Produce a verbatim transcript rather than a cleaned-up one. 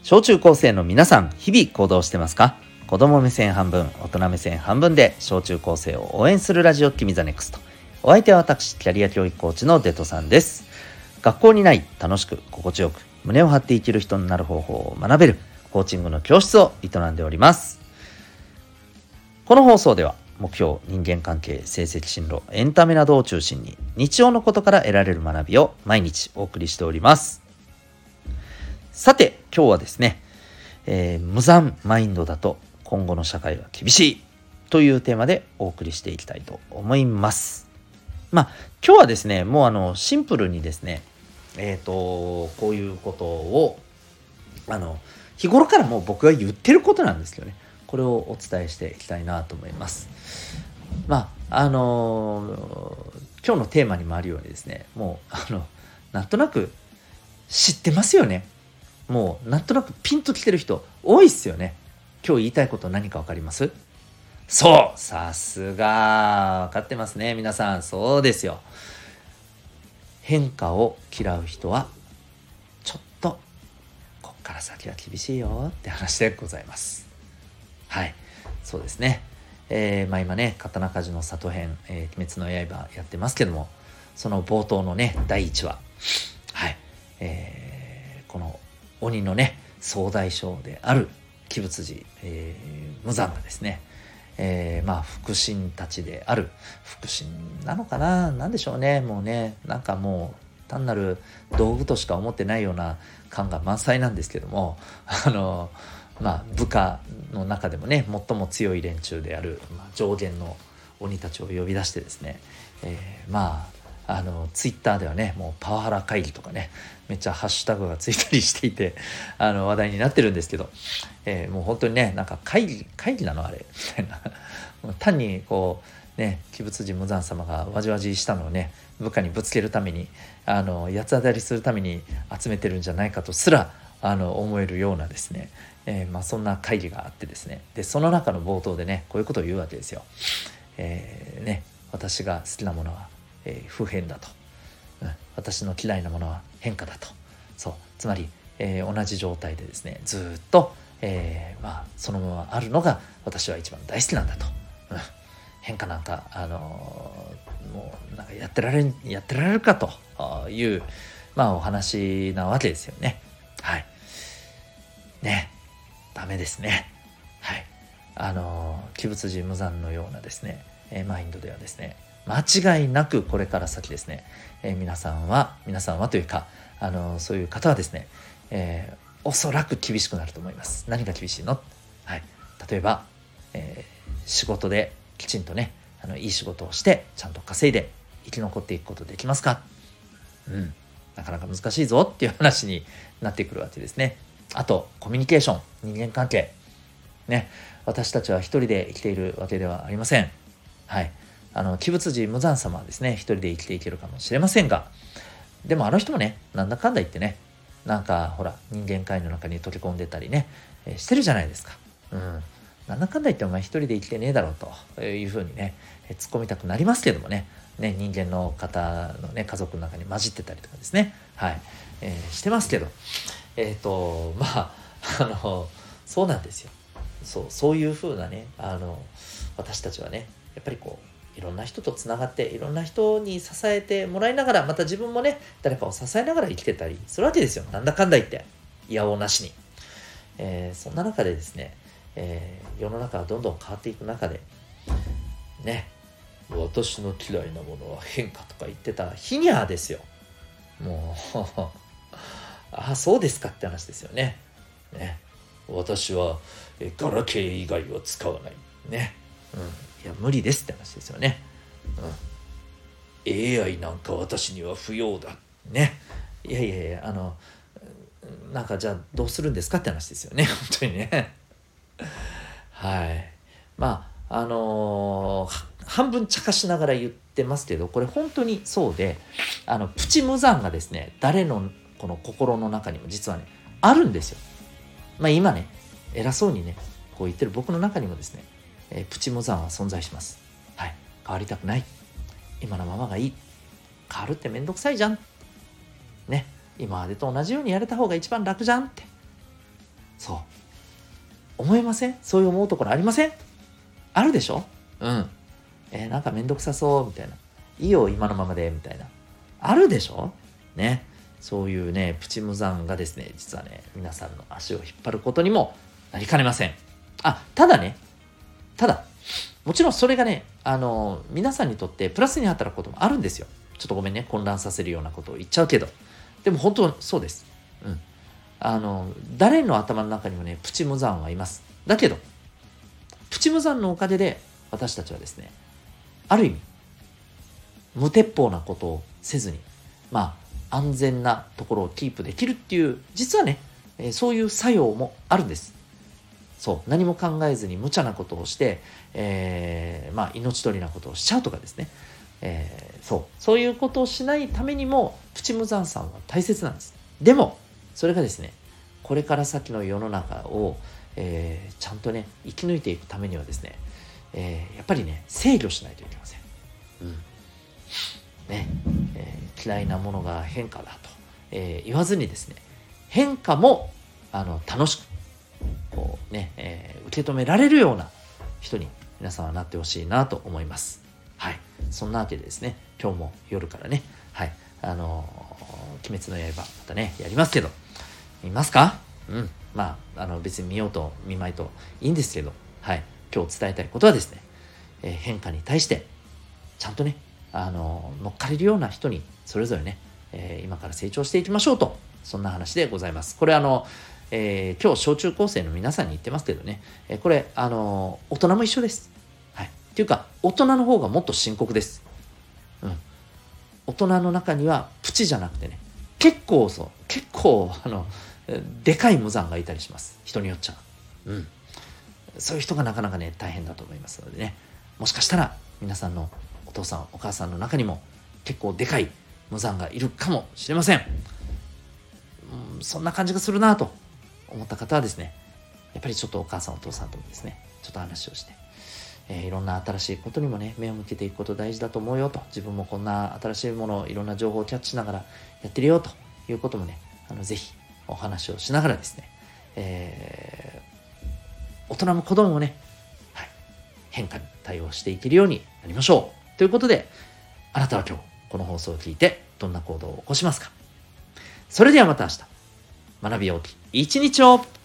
小中高生の皆さん、日々行動してますか？子供目線半分、大人目線半分で小中高生を応援するラジオ君ザネクスト。お相手は私、キャリア教育コーチのデトさんです。学校にない楽しく心地よく胸を張って生きる人になる方法を学べるコーチングの教室を営んでおります。この放送では目標、人間関係、成績進路、エンタメなどを中心に日常のことから得られる学びを毎日お送りしております。さて今日はですね、えー、無残マインドだと今後の社会は厳しいというテーマでお送りしていきたいと思います。まあ今日はですね、もうあのシンプルにですね、えっとこういうことをあの日頃からもう僕が言ってることなんですけどね、これをお伝えしていきたいなと思います。まああのー、今日のテーマにもあるようにですね、もうあのなんとなく知ってますよね。もうなんとなくピンときてる人多いっすよね。今日言いたいこと何か分かります？そう、さすが分かってますね皆さん。そうですよ。変化を嫌う人はちょっとこっから先は厳しいよって話でございます。はい、そうですね。えー、まあ今ね、刀鍛冶の里編、えー、鬼滅の刃やってますけども、その冒頭のねだいいちわ、はい、えー、この鬼のね総大将である鬼仏寺、えー、無惨がですね、えー、まあ腹心たちである腹心なのかな、なんでしょうね、もうねなんかもう単なる道具としか思ってないような感が満載なんですけども、あのまあ部下の中でもね最も強い連中である、まあ、上限の鬼たちを呼び出してですね、えー、まああのツイッターではねもうパワハラ会議とかねめっちゃハッシュタグがついたりしていてあの話題になってるんですけど、えー、もう本当にねなんか会議会議なのあれみたいな単にこうね鬼仏寺無惨様がわじわじしたのをね部下にぶつけるためにあの八つ当たりするために集めてるんじゃないかとすらあの思えるようなですね、えーまあ、そんな会議があってですね、でその中の冒頭でねこういうことを言うわけですよ。えー、ね私が好きなものはえー、不変だと、うん、私の嫌いなものは変化だと。そうつまり、えー、同じ状態でですねずっと、えーまあ、そのままあるのが私は一番大好きなんだと、うん、変化なんか、あのー、もうなんかやってられやってられるかという、まあ、お話なわけですよね。はいね、ダメですね。はい、あのー、鬼仏寺無惨のようなですね、えー、マインドではですね間違いなくこれから先ですね、えー、皆さんは皆さんはというかあのそういう方はですね、えー、おそらく厳しくなると思います。何が厳しいの？はい、例えば、えー、仕事できちんとねあのいい仕事をしてちゃんと稼いで生き残っていくことできますか？うん、なかなか難しいぞっていう話になってくるわけですね。あとコミュニケーション、人間関係ね、私たちは一人で生きているわけではありません。はい、あの鬼仏寺無惨様はですね一人で生きていけるかもしれませんが、でもあの人もねなんだかんだ言ってねなんかほら人間界の中に溶け込んでたりね、えー、してるじゃないですか。うん、なんだかんだ言ってお前一人で生きてねえだろうというふうにね、えー、突っ込みたくなりますけどもね、ね人間の方のね家族の中に混じってたりとかですね、はい、えー、してますけど、えっとまああのそうなんですよ。そうそういうふうなねあの私たちはねやっぱりこういろんな人とつながっていろんな人に支えてもらいながらまた自分もね誰かを支えながら生きてたりするわけですよ。なんだかんだ言っていやおうなしに、えー、そんな中でですね、えー、世の中はどんどん変わっていく中でね私の嫌いなものは変化とか言ってた日にゃですよ。もうああそうですかって話ですよね。ね私はガラケー以外は使わないね、うんいや無理ですって話ですよね、うん、エーアイ なんか私には不要だね。いやいやいやあのなんかじゃあどうするんですかって話ですよね本当にねはいまああのー、半分茶化しながら言ってますけどこれ本当にそうで、あのプチ無惨がですね誰のこの心の中にも実はねあるんですよ。まあ今ね偉そうにねこう言ってる僕の中にもですねえー、プチ無惨は存在します。はい、変わりたくない。今のままがいい。変わるってめんどくさいじゃん。ね、今までと同じようにやれた方が一番楽じゃんって。 そう思いません？そういう思うところありません？あるでしょ？うんえー、なんかめんどくさそうみたいな、いいよ今のままでみたいな、あるでしょね。そういうねプチ無残がですね、実はね皆さんの足を引っ張ることにもなりかねません。あ、ただねただもちろんそれがねあの皆さんにとってプラスに働くこともあるんですよ。ちょっとごめんね、混乱させるようなことを言っちゃうけど、でも本当そうです。うんあの誰の頭の中にもねプチ無残はいます。だけどプチ無残のおかげで私たちはですね、ある意味無鉄砲なことをせずに、まあ安全なところをキープできるっていう、実はね、えーそういう作用もあるんです。そう何も考えずに無茶なことをして、えー、まあ命取りなことをしちゃうとかですね、えー、そうそういうことをしないためにもプチ無残さんは大切なんです。でもそれがですね、これから先の世の中を、えー、ちゃんとね生き抜いていくためにはですね、えー、やっぱりね制御しないといけません。うんねえー、嫌いなものが変化だと、えー、言わずにですね、変化もあの楽しくこうね、えー、受け止められるような人に皆さんはなってほしいなと思います。はい、そんなわけでですね、今日も夜からね、はい、あのー、鬼滅の刃またねやりますけど、見ますか？うん、まああの別に見ようと見まいといいんですけど、はい、今日伝えたいことはですね、えー、変化に対してちゃんとねあの乗っかれるような人にそれぞれね、えー、今から成長していきましょうと、そんな話でございます。これあの、えー、今日小中高生の皆さんに言ってますけどね、えー、これあの大人も一緒です。はい、っていうか大人の方がもっと深刻です。うん、大人の中にはプチじゃなくてね、結構そう結構あのでかい無残がいたりします。人によっちゃ、うん、そういう人がなかなかね大変だと思いますのでね、もしかしたら皆さんのお父さんお母さんの中にも結構でかい無残がいるかもしれません。うん、そんな感じがするなと思った方はですね、やっぱりちょっとお母さんお父さんともですねちょっと話をして、えー、いろんな新しいことにもね目を向けていくこと大事だと思うよと、自分もこんな新しいものいろんな情報をキャッチしながらやってるよということもね、あのぜひお話をしながらですね、えー、大人も子供もね、はい、変化に対応していけるようになりましょうということで、あなたは今日この放送を聞いてどんな行動を起こしますか？それではまた明日、学び大きい一日を。